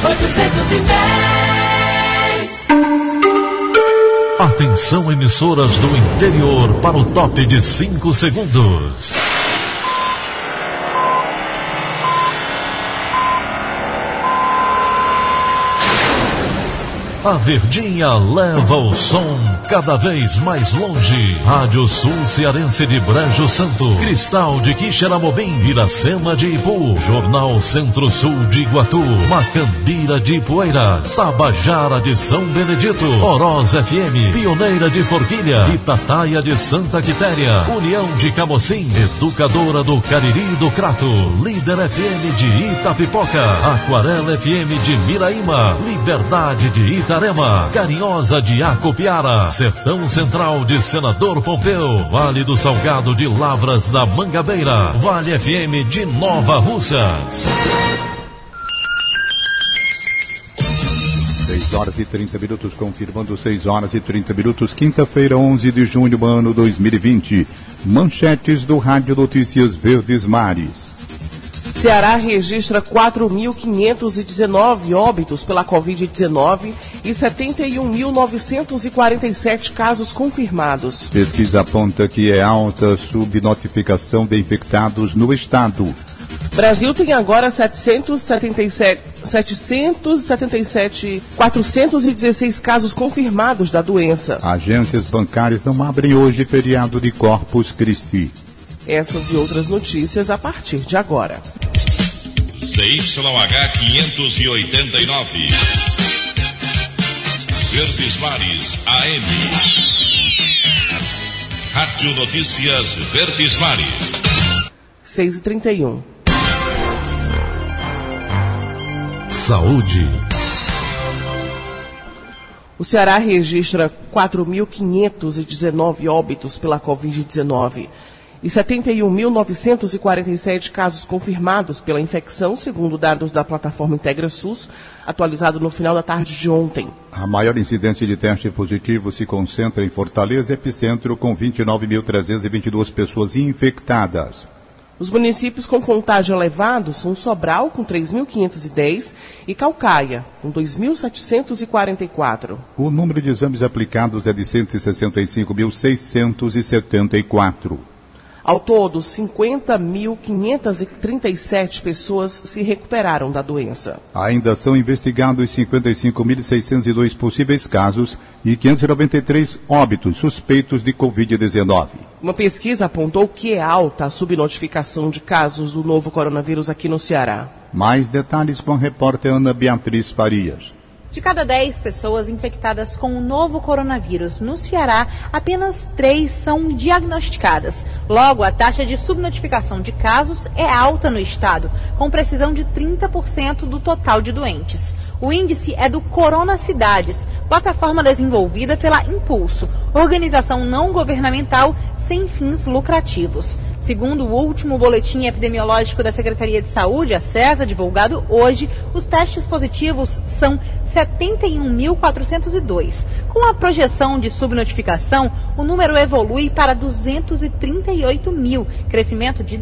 Atenção, emissoras do interior, para o top de 5 segundos. A Verdinha leva o som cada vez mais longe. Rádio Sul Cearense de Brejo Santo, Cristal de Quixeramobim, Iracema de Ipu, Jornal Centro-Sul de Iguatu, Macambira de Ipueiras, Tabajara de São Benedito, Oroz FM, Pioneira de Forquilha, Itataia de Santa Quitéria, União de Camocim, Educadora do Cariri do Crato, Líder FM de Itapipoca, Aquarela FM de Miraíma, Liberdade de Itarema, Carinhosa de Acopiara, Sertão Central de Senador Pompeu, Vale do Salgado de Lavras da Mangabeira, Vale FM de Nova Russas. 6 horas e 30 minutos, confirmando 6 horas e 30 minutos, quinta-feira, 11 de junho do ano 2020. Manchetes do Rádio Notícias Verdes Mares. Ceará registra 4.519 óbitos pela Covid-19 e 71.947 casos confirmados. Pesquisa aponta que é alta a subnotificação de infectados no estado. Brasil tem agora 416 casos confirmados da doença. Agências bancárias não abrem hoje feriado de Corpus Christi. Essas e outras notícias a partir de agora. CYH 589. Verdes Mares AM. Rádio Notícias Verdes Mares. 6h31. Saúde. O Ceará registra 4.519 óbitos pela Covid-19 e 71.947 casos confirmados pela infecção, segundo dados da plataforma IntegraSUS, atualizado no final da tarde de ontem. A maior incidência de teste positivo se concentra em Fortaleza, epicentro, com 29.322 pessoas infectadas. Os municípios com contágio elevado são Sobral, com 3.510, e Caucaia, com 2.744. O número de exames aplicados é de 165.674. Ao todo, 50.537 pessoas se recuperaram da doença. Ainda são investigados 55.602 possíveis casos e 593 óbitos suspeitos de Covid-19. Uma pesquisa apontou que é alta a subnotificação de casos do novo coronavírus aqui no Ceará. Mais detalhes com a repórter Ana Beatriz Farias. De cada 10 pessoas infectadas com o novo coronavírus no Ceará, apenas 3 são diagnosticadas. Logo, a taxa de subnotificação de casos é alta no estado, com precisão de 30% do total de doentes. O índice é do Corona Cidades, plataforma desenvolvida pela Impulso, organização não governamental sem fins lucrativos. Segundo o último boletim epidemiológico da Secretaria de Saúde, a CESA, divulgado hoje, os testes positivos são 71.402. Com a projeção de subnotificação, o número evolui para 238 mil, crescimento de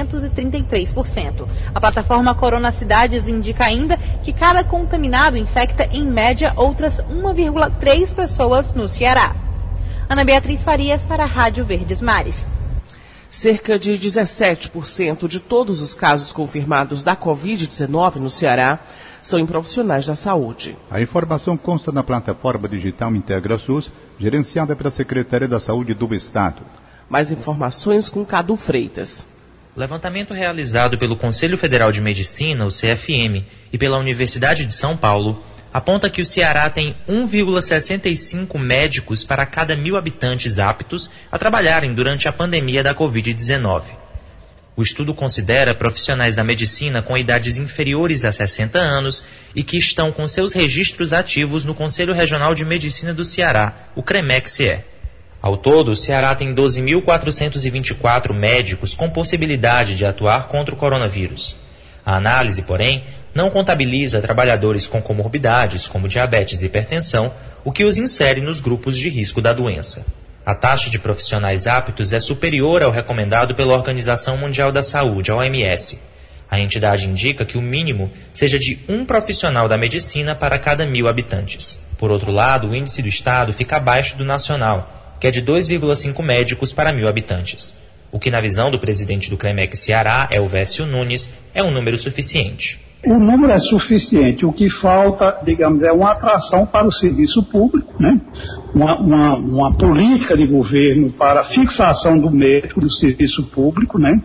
233%. A plataforma Corona Cidades indica ainda que cada contaminado infecta, em média, outras 1,3 pessoas no Ceará. Ana Beatriz Farias para a Rádio Verdes Mares. Cerca de 17% de todos os casos confirmados da Covid-19 no Ceará são em profissionais da saúde. A informação consta na plataforma digital IntegraSUS, gerenciada pela Secretaria da Saúde do Estado. Mais informações com Cadu Freitas. Levantamento realizado pelo Conselho Federal de Medicina, o CFM, e pela Universidade de São Paulo, aponta que o Ceará tem 1,65 médicos para cada 1.000 habitantes aptos a trabalharem durante a pandemia da Covid-19. O estudo considera profissionais da medicina com idades inferiores a 60 anos e que estão com seus registros ativos no Conselho Regional de Medicina do Ceará, o CREMEC-CE. Ao todo, o Ceará tem 12.424 médicos com possibilidade de atuar contra o coronavírus. A análise, porém, não contabiliza trabalhadores com comorbidades, como diabetes e hipertensão, o que os insere nos grupos de risco da doença. A taxa de profissionais aptos é superior ao recomendado pela Organização Mundial da Saúde, a OMS. A entidade indica que o mínimo seja de um profissional da medicina para cada 1.000 habitantes. Por outro lado, o índice do estado fica abaixo do nacional, que é de 2,5 médicos para 1.000 habitantes. O que, na visão do presidente do CREMEC Ceará, Elvésio Nunes, é um número suficiente. O número é suficiente, o que falta, digamos, é uma atração para o serviço público, né? Uma política de governo para a fixação do médico no serviço público, né?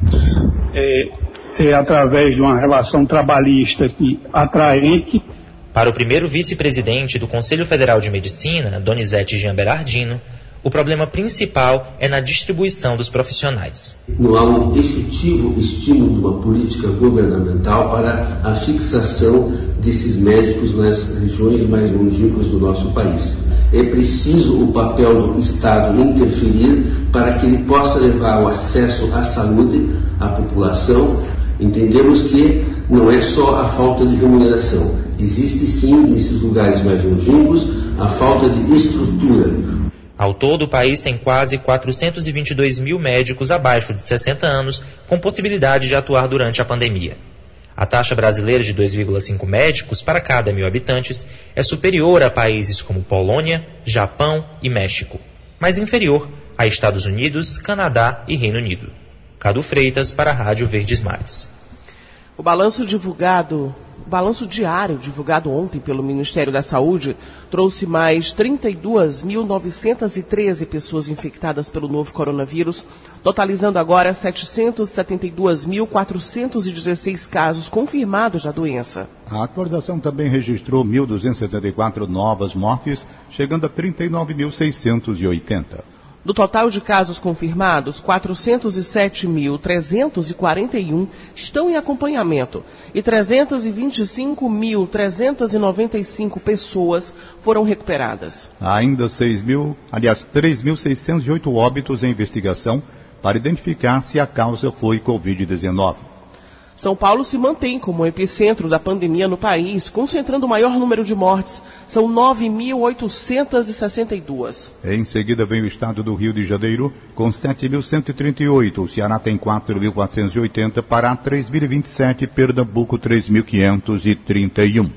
Através de uma relação trabalhista atraente. Para o primeiro vice-presidente do Conselho Federal de Medicina, Donizete Jean Berardino, o problema principal é na distribuição dos profissionais. Não há um efetivo estímulo de uma política governamental para a fixação desses médicos nas regiões mais longínquas do nosso país. É preciso o papel do Estado interferir para que ele possa levar o acesso à saúde à população. Entendemos que não é só a falta de remuneração. Existe sim, nesses lugares mais longínquos, a falta de estrutura. Ao todo, o país tem quase 422 mil médicos abaixo de 60 anos com possibilidade de atuar durante a pandemia. A taxa brasileira de 2,5 médicos para cada 1.000 habitantes é superior a países como Polônia, Japão e México, mas inferior a Estados Unidos, Canadá e Reino Unido. Cadu Freitas para a Rádio Verdes Mares. O balanço diário divulgado ontem pelo Ministério da Saúde trouxe mais 32.913 pessoas infectadas pelo novo coronavírus, totalizando agora 772.416 casos confirmados da doença. A atualização também registrou 1.274 novas mortes, chegando a 39.680. Do total de casos confirmados, 407.341 estão em acompanhamento e 325.395 pessoas foram recuperadas. Há ainda 3.608 óbitos em investigação para identificar se a causa foi Covid-19. São Paulo se mantém como epicentro da pandemia no país, concentrando o maior número de mortes. São 9.862. Em seguida vem o estado do Rio de Janeiro, com 7.138. O Ceará tem 4.480, Pará 3.027, Pernambuco 3.531.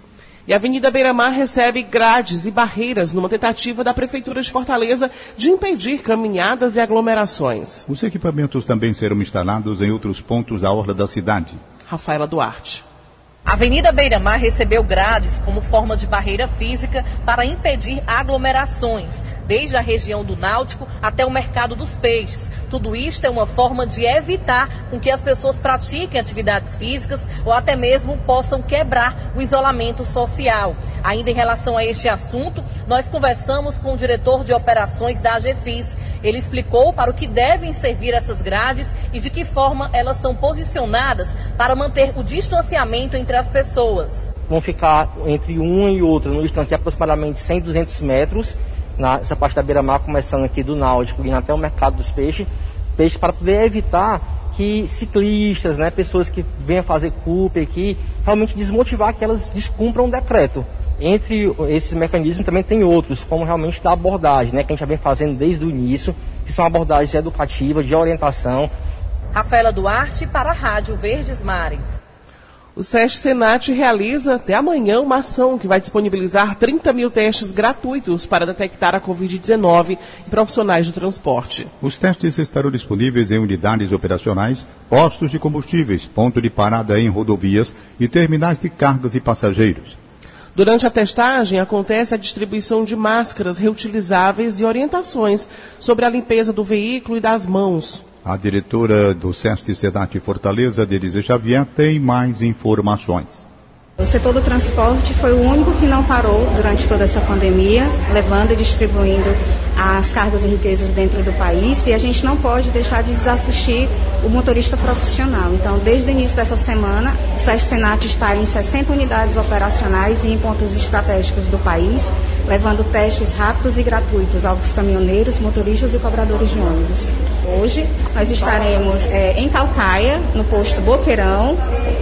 E a Avenida Beira-Mar recebe grades e barreiras numa tentativa da Prefeitura de Fortaleza de impedir caminhadas e aglomerações. Os equipamentos também serão instalados em outros pontos da orla da cidade. Rafaela Duarte. A Avenida Beira-Mar recebeu grades como forma de barreira física para impedir aglomerações, desde a região do Náutico até o Mercado dos Peixes. Tudo isto é uma forma de evitar com que as pessoas pratiquem atividades físicas ou até mesmo possam quebrar o isolamento social. Ainda em relação a este assunto, nós conversamos com o diretor de operações da AGFIS. Ele explicou para o que devem servir essas grades e de que forma elas são posicionadas para manter o distanciamento entre as pessoas. Vão ficar entre uma e outra no distante de aproximadamente 100, 200 metros, nessa parte da beira-mar, começando aqui do Náutico, indo até o Mercado dos Peixes, para poder evitar que ciclistas, pessoas que venham fazer culpa aqui, realmente desmotivar que elas descumpram o decreto. Entre esses mecanismos também tem outros, como realmente da abordagem, que a gente já vem fazendo desde o início, que são abordagens educativas, de orientação. Rafaela Duarte para a Rádio Verdes Mares. O SESC Senat realiza até amanhã uma ação que vai disponibilizar 30 mil testes gratuitos para detectar a Covid-19 em profissionais do transporte. Os testes estarão disponíveis em unidades operacionais, postos de combustíveis, ponto de parada em rodovias e terminais de cargas e passageiros. Durante a testagem, acontece a distribuição de máscaras reutilizáveis e orientações sobre a limpeza do veículo e das mãos. A diretora do SESC Senat Fortaleza, Denise Xavier, tem mais informações. O setor do transporte foi o único que não parou durante toda essa pandemia, levando e distribuindo as cargas e riquezas dentro do país, e a gente não pode deixar de desassistir o motorista profissional. Então, desde o início dessa semana, o SESC Senat está em 60 unidades operacionais e em pontos estratégicos do país, levando testes rápidos e gratuitos aos caminhoneiros, motoristas e cobradores de ônibus. Hoje, nós estaremos em Calcaia, no posto Boqueirão,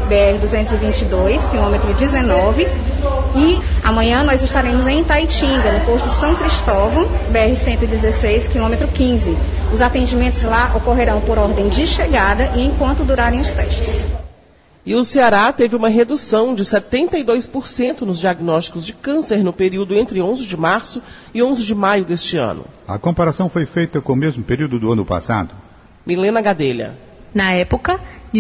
BR-222, quilômetro 19, e amanhã nós estaremos em Itaitinga, no posto São Cristóvão, BR-116, quilômetro 15. Os atendimentos lá ocorrerão por ordem de chegada e enquanto durarem os testes. E o Ceará teve uma redução de 72% nos diagnósticos de câncer no período entre 11 de março e 11 de maio deste ano. A comparação foi feita com o mesmo período do ano passado. Milena Gadelha. Na época,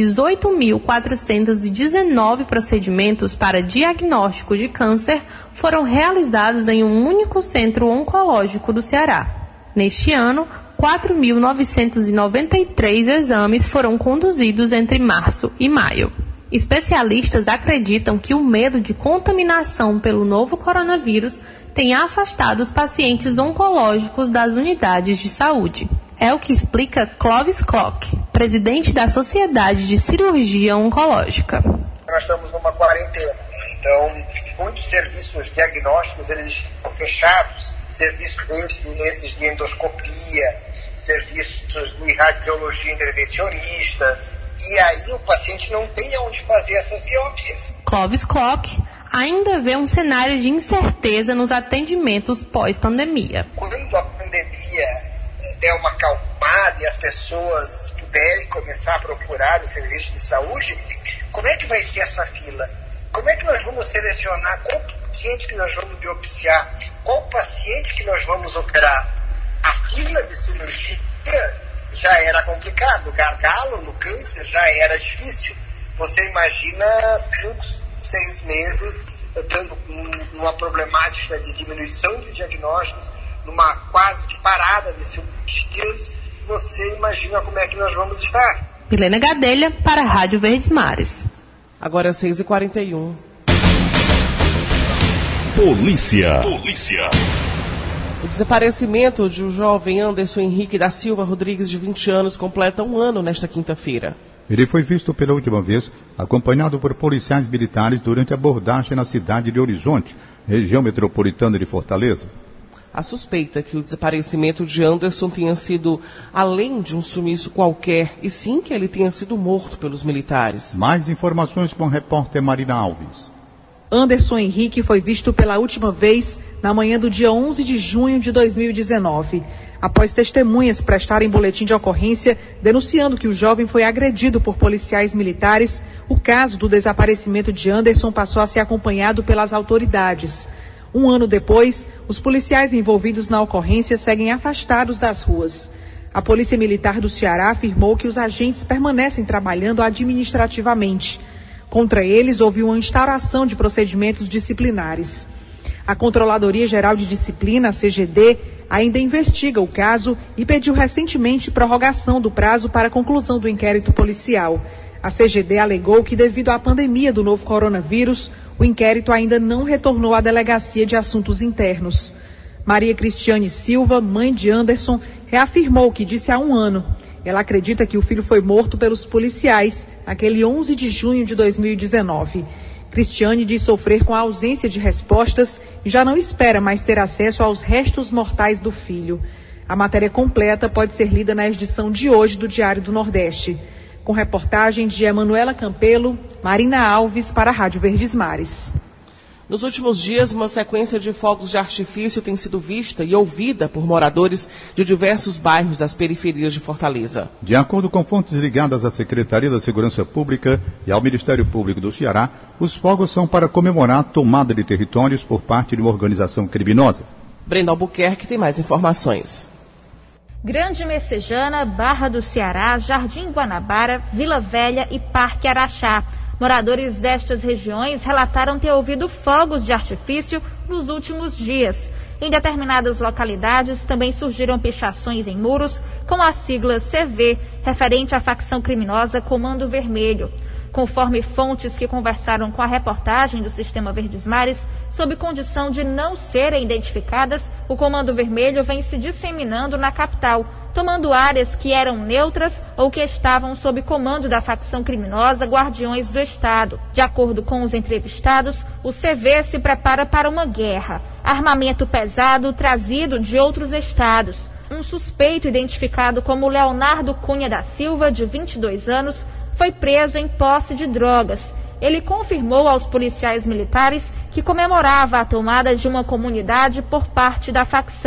18.419 procedimentos para diagnóstico de câncer foram realizados em um único centro oncológico do Ceará. Neste ano, 4.993 exames foram conduzidos entre março e maio. Especialistas acreditam que o medo de contaminação pelo novo coronavírus tem afastado os pacientes oncológicos das unidades de saúde. É o que explica Clovis Klock, presidente da Sociedade de Cirurgia Oncológica. Nós estamos numa quarentena, então muitos serviços diagnósticos eles estão fechados, serviços esses de endoscopia, serviços de radiologia intervencionista, e aí o paciente não tem onde fazer essas biópsias. Clovis Klock ainda vê um cenário de incerteza nos atendimentos pós-pandemia. Quando a pandemia der uma acalmada e as pessoas puderem começar a procurar o serviço de saúde, como é que vai ser essa fila? Como é que nós vamos selecionar qual paciente que nós vamos biopsiar? Qual paciente que nós vamos operar? A fila de cirurgia já era complicado, o gargalo no câncer já era difícil. Você imagina 5, 6 meses estando numa problemática de diminuição de diagnósticos, numa quase de parada de cirurgias, você imagina como é que nós vamos estar. Milena Gadelha para a Rádio Verdes Mares. Agora é 6h41. Polícia. O desaparecimento de um jovem Anderson Henrique da Silva Rodrigues, de 20 anos, completa um ano nesta quinta-feira. Ele foi visto pela última vez acompanhado por policiais militares durante a abordagem na cidade de Horizonte, região metropolitana de Fortaleza. A suspeita é que o desaparecimento de Anderson tenha sido além de um sumiço qualquer, e sim que ele tenha sido morto pelos militares. Mais informações com a repórter Marina Alves. Anderson Henrique foi visto pela última vez na manhã do dia 11 de junho de 2019, após testemunhas prestarem boletim de ocorrência denunciando que o jovem foi agredido por policiais militares. O caso do desaparecimento de Anderson passou a ser acompanhado pelas autoridades. Um ano depois, os policiais envolvidos na ocorrência seguem afastados das ruas. A Polícia Militar do Ceará afirmou que os agentes permanecem trabalhando administrativamente. Contra eles, houve uma instauração de procedimentos disciplinares. A Controladoria Geral de Disciplina, a CGD, ainda investiga o caso e pediu recentemente prorrogação do prazo para a conclusão do inquérito policial. A CGD alegou que, devido à pandemia do novo coronavírus, o inquérito ainda não retornou à Delegacia de Assuntos Internos. Maria Cristiane Silva, mãe de Anderson, reafirmou o que disse há um ano. Ela acredita que o filho foi morto pelos policiais naquele 11 de junho de 2019. Cristiane diz sofrer com a ausência de respostas e já não espera mais ter acesso aos restos mortais do filho. A matéria completa pode ser lida na edição de hoje do Diário do Nordeste. Com reportagem de Emanuela Campelo, Marina Alves para a Rádio Verdes Mares. Nos últimos dias, uma sequência de fogos de artifício tem sido vista e ouvida por moradores de diversos bairros das periferias de Fortaleza. De acordo com fontes ligadas à Secretaria da Segurança Pública e ao Ministério Público do Ceará, os fogos são para comemorar a tomada de territórios por parte de uma organização criminosa. Brenda Albuquerque tem mais informações. Grande Messejana, Barra do Ceará, Jardim Guanabara, Vila Velha e Parque Araxá. Moradores destas regiões relataram ter ouvido fogos de artifício nos últimos dias. Em determinadas localidades também surgiram pichações em muros com a sigla CV, referente à facção criminosa Comando Vermelho. Conforme fontes que conversaram com a reportagem do Sistema Verdes Mares, sob condição de não serem identificadas, o Comando Vermelho vem se disseminando na capital, tomando áreas que eram neutras ou que estavam sob comando da facção criminosa Guardiões do Estado. De acordo com os entrevistados, o CV se prepara para uma guerra. Armamento pesado trazido de outros estados. Um suspeito identificado como Leonardo Cunha da Silva, de 22 anos, foi preso em posse de drogas. Ele confirmou aos policiais militares que comemorava a tomada de uma comunidade por parte da facção.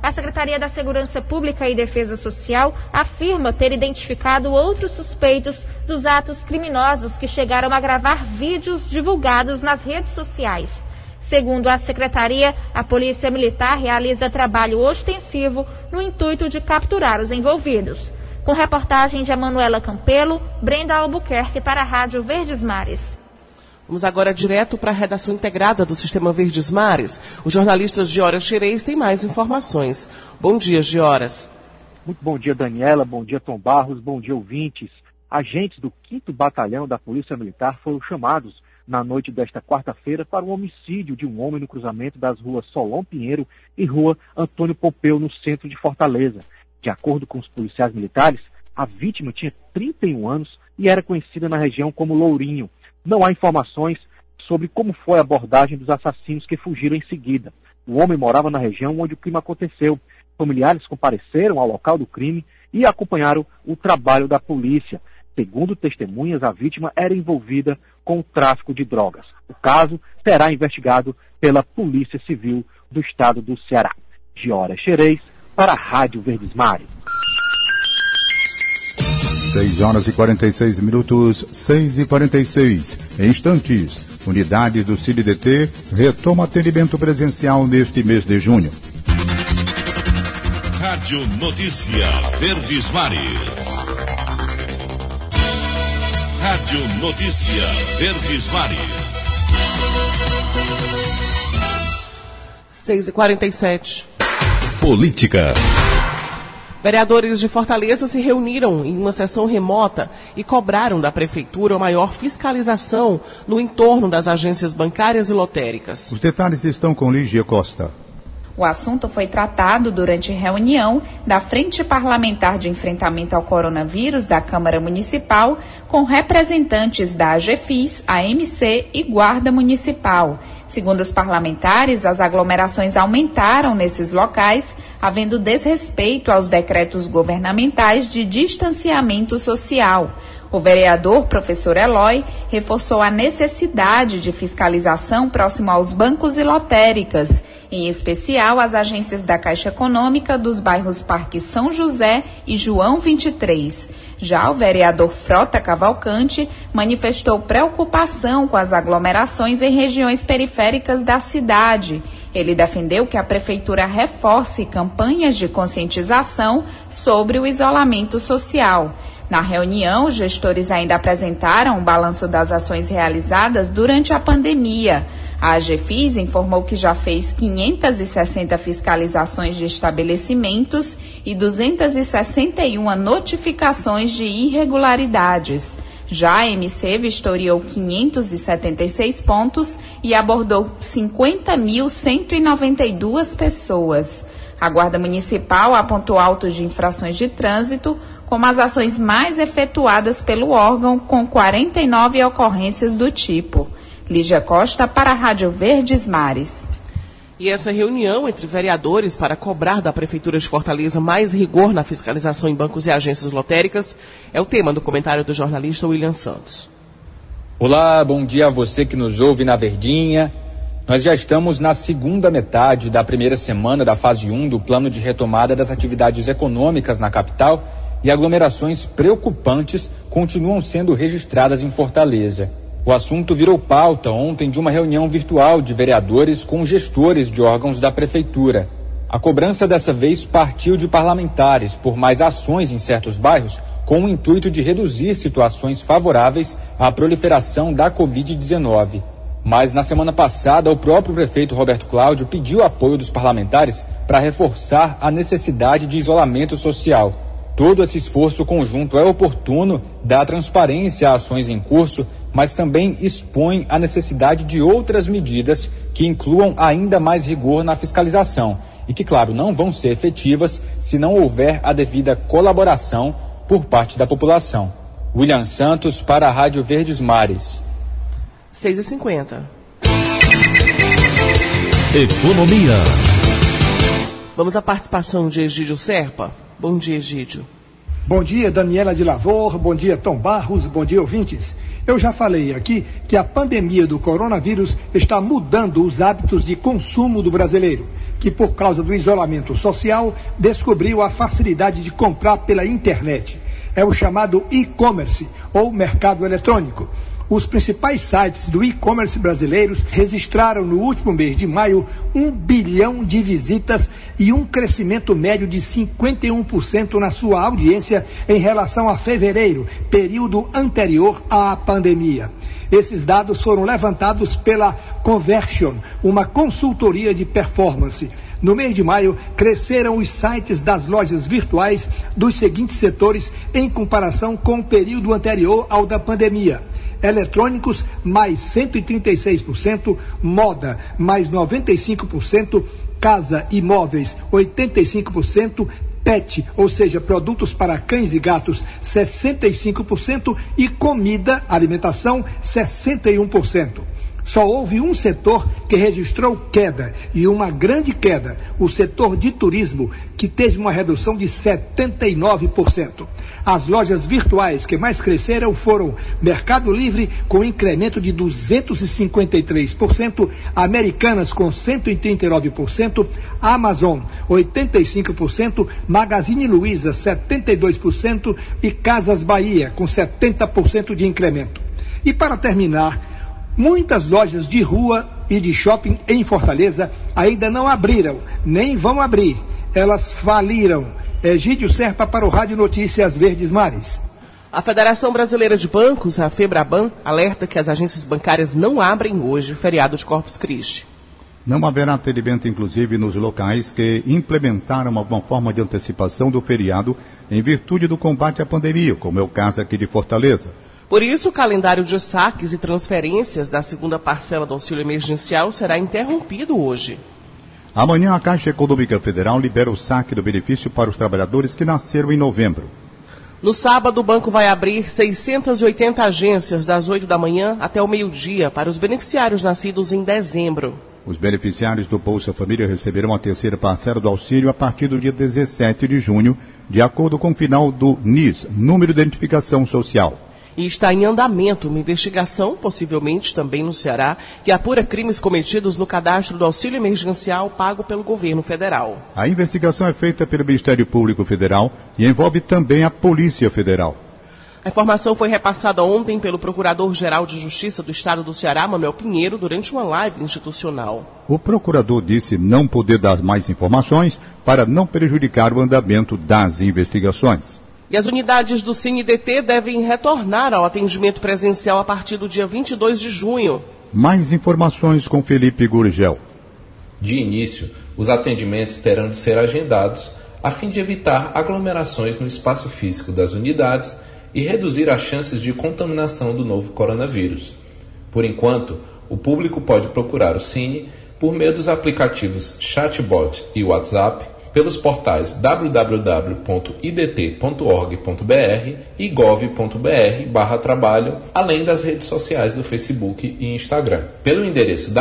a Secretaria da Segurança Pública e Defesa Social afirma ter identificado outros suspeitos dos atos criminosos que chegaram a gravar vídeos divulgados nas redes sociais. Segundo a Secretaria, a Polícia Militar realiza trabalho ostensivo no intuito de capturar os envolvidos. Com reportagem de Emanuela Campelo, Brenda Albuquerque para a Rádio Verdes Mares. Vamos agora direto para a redação integrada do Sistema Verdes Mares. Os jornalistas Gioras Xerez têm mais informações. Bom dia, Gioras. Muito bom dia, Daniela. Bom dia, Tom Barros. Bom dia, ouvintes. Agentes do 5º Batalhão da Polícia Militar foram chamados na noite desta quarta-feira para um homicídio de um homem no cruzamento das ruas Solon Pinheiro e Rua Antônio Pompeu, no centro de Fortaleza. De acordo com os policiais militares, a vítima tinha 31 anos e era conhecida na região como Lourinho. Não há informações sobre como foi a abordagem dos assassinos que fugiram em seguida. O homem morava na região onde o crime aconteceu. Familiares compareceram ao local do crime e acompanharam o trabalho da polícia. Segundo testemunhas, a vítima era envolvida com o tráfico de drogas. O caso será investigado pela Polícia Civil do Estado do Ceará. Gioras Xerez, para a Rádio Verdes Mares. 6h46, 6h46. Em instantes, unidade do CIDDT retoma atendimento presencial neste mês de junho. Rádio Notícia Verdes Mares. Rádio Notícia Verdes Mares. 6h47. Política. Vereadores de Fortaleza se reuniram em uma sessão remota e cobraram da Prefeitura maior fiscalização no entorno das agências bancárias e lotéricas. Os detalhes estão com Lígia Costa. O assunto foi tratado durante reunião da Frente Parlamentar de Enfrentamento ao Coronavírus da Câmara Municipal, com representantes da AGFIS, AMC e Guarda Municipal. Segundo os parlamentares, as aglomerações aumentaram nesses locais, havendo desrespeito aos decretos governamentais de distanciamento social. O vereador, professor Eloy, reforçou a necessidade de fiscalização próximo aos bancos e lotéricas, em especial as agências da Caixa Econômica dos bairros Parque São José e João 23. Já o vereador Frota Cavalcante manifestou preocupação com as aglomerações em regiões periféricas da cidade. Ele defendeu que a Prefeitura reforce campanhas de conscientização sobre o isolamento social. Na reunião, os gestores ainda apresentaram o balanço das ações realizadas durante a pandemia. A AGFIS informou que já fez 560 fiscalizações de estabelecimentos e 261 notificações de irregularidades. Já a MC vistoriou 576 pontos e abordou 50.192 pessoas. A Guarda Municipal apontou autos de infrações de trânsito como as ações mais efetuadas pelo órgão, com 49 ocorrências do tipo. Lígia Costa para a Rádio Verdes Mares. E essa reunião entre vereadores para cobrar da Prefeitura de Fortaleza mais rigor na fiscalização em bancos e agências lotéricas é o tema do comentário do jornalista William Santos. Olá, bom dia a você que nos ouve na Verdinha. Nós já estamos na segunda metade da primeira semana da fase 1 do plano de retomada das atividades econômicas na capital e aglomerações preocupantes continuam sendo registradas em Fortaleza. O assunto virou pauta ontem de uma reunião virtual de vereadores com gestores de órgãos da Prefeitura. A cobrança dessa vez partiu de parlamentares por mais ações em certos bairros, com o intuito de reduzir situações favoráveis à proliferação da Covid-19. Mas na semana passada, o próprio prefeito Roberto Cláudio pediu apoio dos parlamentares para reforçar a necessidade de isolamento social. Todo esse esforço conjunto é oportuno, dá transparência a ações em curso, mas também expõe a necessidade de outras medidas que incluam ainda mais rigor na fiscalização e que, claro, não vão ser efetivas se não houver a devida colaboração por parte da população. William Santos para a Rádio Verdes Mares. 6h50. Economia. Vamos à participação de Egídio Serpa. Bom dia, Egídio. Bom dia, Daniela de Lavor. Bom dia, Tom Barros. Bom dia, ouvintes. Eu já falei aqui que a pandemia do coronavírus está mudando os hábitos de consumo do brasileiro. que, por causa do isolamento social, descobriu a facilidade de comprar pela internet. É o chamado e-commerce, ou mercado eletrônico. Os principais sites do e-commerce brasileiros registraram no último mês de maio 1 bilhão de visitas e um crescimento médio de 51% na sua audiência em relação a fevereiro, período anterior à pandemia. Esses dados foram levantados pela Conversion, uma consultoria de performance. No mês de maio, cresceram os sites das lojas virtuais dos seguintes setores em comparação com o período anterior ao da pandemia: eletrônicos, mais 136%, moda, mais 95%, casa e móveis, 85%, pet, ou seja, produtos para cães e gatos, 65% e comida, alimentação, 61%. Só houve um setor que registrou queda, e uma grande queda, o setor de turismo, que teve uma redução de 79%. As lojas virtuais que mais cresceram foram Mercado Livre, com incremento de 253%, Americanas com 139%, Amazon 85%, Magazine Luiza 72% e Casas Bahia com 70% de incremento. E para terminar, muitas lojas de rua e de shopping em Fortaleza ainda não abriram, nem vão abrir. Elas faliram. Egídio Serpa para o Rádio Notícias Verdes Mares. A Federação Brasileira de Bancos, a FEBRABAN, alerta que as agências bancárias não abrem hoje, feriado de Corpus Christi. Não haverá atendimento, inclusive, nos locais que implementaram alguma forma de antecipação do feriado em virtude do combate à pandemia, como é o caso aqui de Fortaleza. Por isso, o calendário de saques e transferências da segunda parcela do auxílio emergencial será interrompido hoje. Amanhã, a Caixa Econômica Federal libera o saque do benefício para os trabalhadores que nasceram em novembro. No sábado, o banco vai abrir 680 agências das 8 da manhã até o meio-dia para os beneficiários nascidos em dezembro. Os beneficiários do Bolsa Família receberão a terceira parcela do auxílio a partir do dia 17 de junho, de acordo com o final do NIS, Número de Identificação Social. E está em andamento uma investigação, possivelmente também no Ceará, que apura crimes cometidos no cadastro do auxílio emergencial pago pelo governo federal. A investigação é feita pelo Ministério Público Federal e envolve também a Polícia Federal. A informação foi repassada ontem pelo Procurador-Geral de Justiça do Estado do Ceará, Manuel Pinheiro, durante uma live institucional. O procurador disse não poder dar mais informações para não prejudicar o andamento das investigações. E as unidades do CineDT devem retornar ao atendimento presencial a partir do dia 22 de junho. Mais informações com Felipe Gurgel. De início, os atendimentos terão de ser agendados a fim de evitar aglomerações no espaço físico das unidades e reduzir as chances de contaminação do novo coronavírus. Por enquanto, o público pode procurar o Cine por meio dos aplicativos Chatbot e WhatsApp, pelos portais www.idt.org.br e gov.br/trabalho, além das redes sociais do Facebook e Instagram. Pelo endereço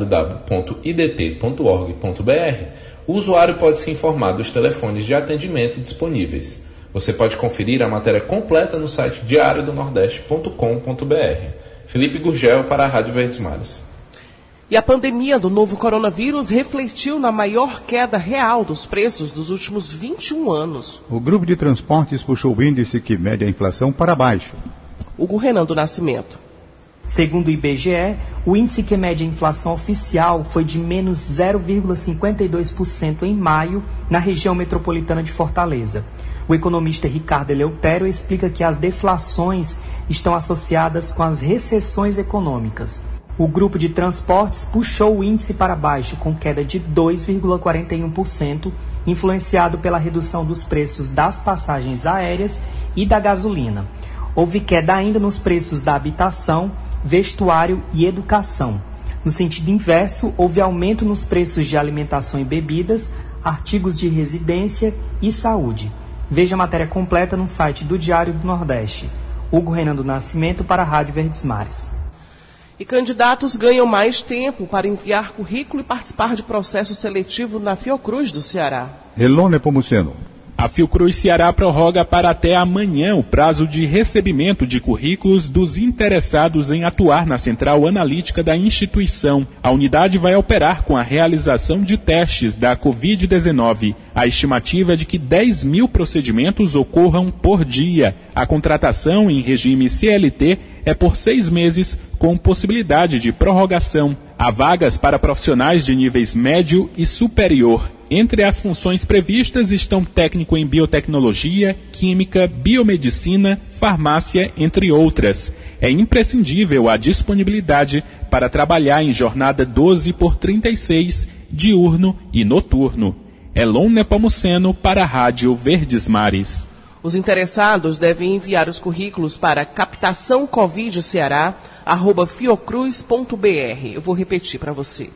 www.idt.org.br, o usuário pode se informar dos telefones de atendimento disponíveis. Você pode conferir a matéria completa no site diariodonordeste.com.br. Felipe Gurgel para a Rádio Verdes Mares. E a pandemia do novo coronavírus refletiu na maior queda real dos preços dos últimos 21 anos. O grupo de transportes puxou o índice que mede a inflação para baixo. Hugo Renan do Nascimento. Segundo o IBGE, o índice que mede a inflação oficial foi de menos 0,52% em maio, na região metropolitana de Fortaleza. O economista Ricardo Eleutério explica que as deflações estão associadas com as recessões econômicas. O grupo de transportes puxou o índice para baixo, com queda de 2,41%, influenciado pela redução dos preços das passagens aéreas e da gasolina. Houve queda ainda nos preços da habitação, vestuário e educação. No sentido inverso, houve aumento nos preços de alimentação e bebidas, artigos de residência e saúde. Veja a matéria completa no site do Diário do Nordeste. Hugo Renan do Nascimento para a Rádio Verdes Mares. E candidatos ganham mais tempo para enviar currículo e participar de processo seletivo na Fiocruz do Ceará. Elone Pomuceno. A Fiocruz Ceará prorroga para até amanhã o prazo de recebimento de currículos dos interessados em atuar na central analítica da instituição. A unidade vai operar com a realização de testes da Covid-19. A estimativa é de que 10 mil procedimentos ocorram por dia. A contratação em regime CLT é por 6 meses, com possibilidade de prorrogação. Há vagas para profissionais de níveis médio e superior. Entre as funções previstas estão técnico em biotecnologia, química, biomedicina, farmácia, entre outras. É imprescindível a disponibilidade para trabalhar em jornada 12/36, diurno e noturno. Elon Nepomuceno para a Rádio Verdes Mares. Os interessados devem enviar os currículos para captaçãocovidceará@fiocruz.br. Eu vou repetir para você.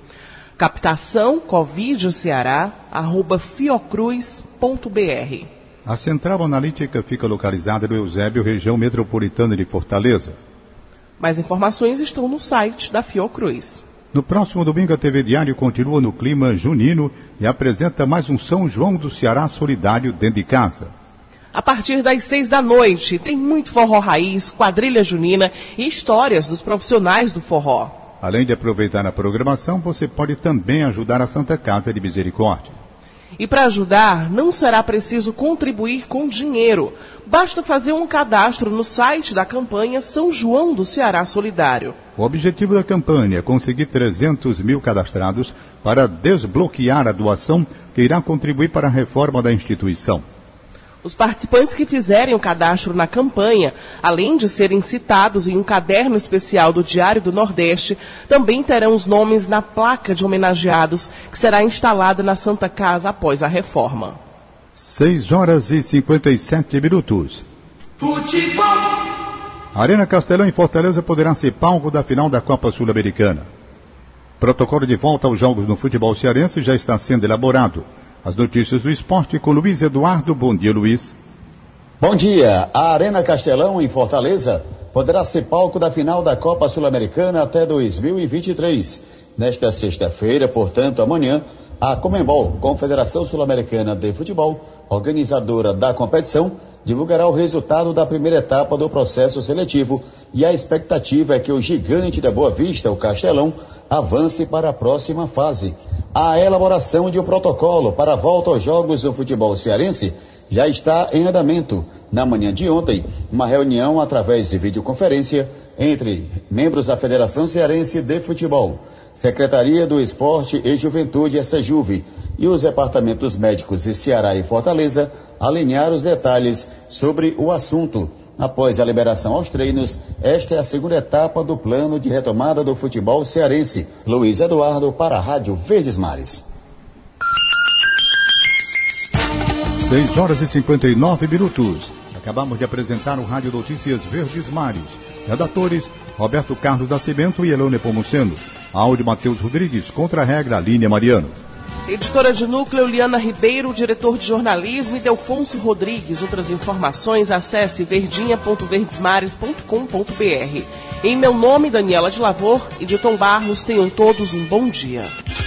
captaçãocovidceará@fiocruz.br. A central analítica fica localizada no Eusébio, região metropolitana de Fortaleza. Mais informações estão no site da Fiocruz. No próximo domingo, a TV Diário continua no clima junino e apresenta mais um São João do Ceará solidário dentro de casa. A partir das 6 da noite, tem muito forró raiz, quadrilha junina e histórias dos profissionais do forró. Além de aproveitar a programação, você pode também ajudar a Santa Casa de Misericórdia. E para ajudar, não será preciso contribuir com dinheiro. Basta fazer um cadastro no site da campanha São João do Ceará Solidário. O objetivo da campanha é conseguir 300 mil cadastrados para desbloquear a doação que irá contribuir para a reforma da instituição. Os participantes que fizerem o cadastro na campanha, além de serem citados em um caderno especial do Diário do Nordeste, também terão os nomes na placa de homenageados, que será instalada na Santa Casa após a reforma. 6h57. Futebol. A Arena Castelão em Fortaleza poderá ser palco da final da Copa Sul-Americana. Protocolo de volta aos jogos no futebol cearense já está sendo elaborado. As notícias do esporte com Luiz Eduardo. Bom dia, Luiz. Bom dia. A Arena Castelão, em Fortaleza, poderá ser palco da final da Copa Sul-Americana até 2023. Nesta sexta-feira, portanto, amanhã, a Conmebol, Confederação Sul-Americana de Futebol, organizadora da competição, divulgará o resultado da primeira etapa do processo seletivo e a expectativa é que o gigante da Boa Vista, o Castelão, avance para a próxima fase. A elaboração de um protocolo para a volta aos jogos do futebol cearense já está em andamento. Na manhã de ontem, uma reunião através de videoconferência entre membros da Federação Cearense de Futebol, Secretaria do Esporte e Juventude, a SEJUV, e os departamentos médicos de Ceará e Fortaleza alinharam os detalhes sobre o assunto. Após a liberação aos treinos, esta é a segunda etapa do plano de retomada do futebol cearense. Luiz Eduardo para a Rádio Verdes Mares. 6h59. Acabamos de apresentar o Rádio Notícias Verdes Mares. Redatores, Roberto Carlos Nascimento e Elon Nepomuceno. Áudio, Matheus Rodrigues. Contra-regra, Línia Mariano. Editora de núcleo, Liana Ribeiro. Diretor de jornalismo, Delfonso Rodrigues. Outras informações, acesse verdinha.verdesmares.com.br. Em meu nome, Daniela de Lavor e de Tom Barros, tenham todos um bom dia.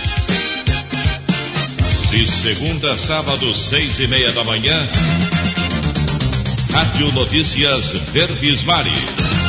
De segunda a sábado, 6h30 da manhã, Rádio Notícias Verdes Mares.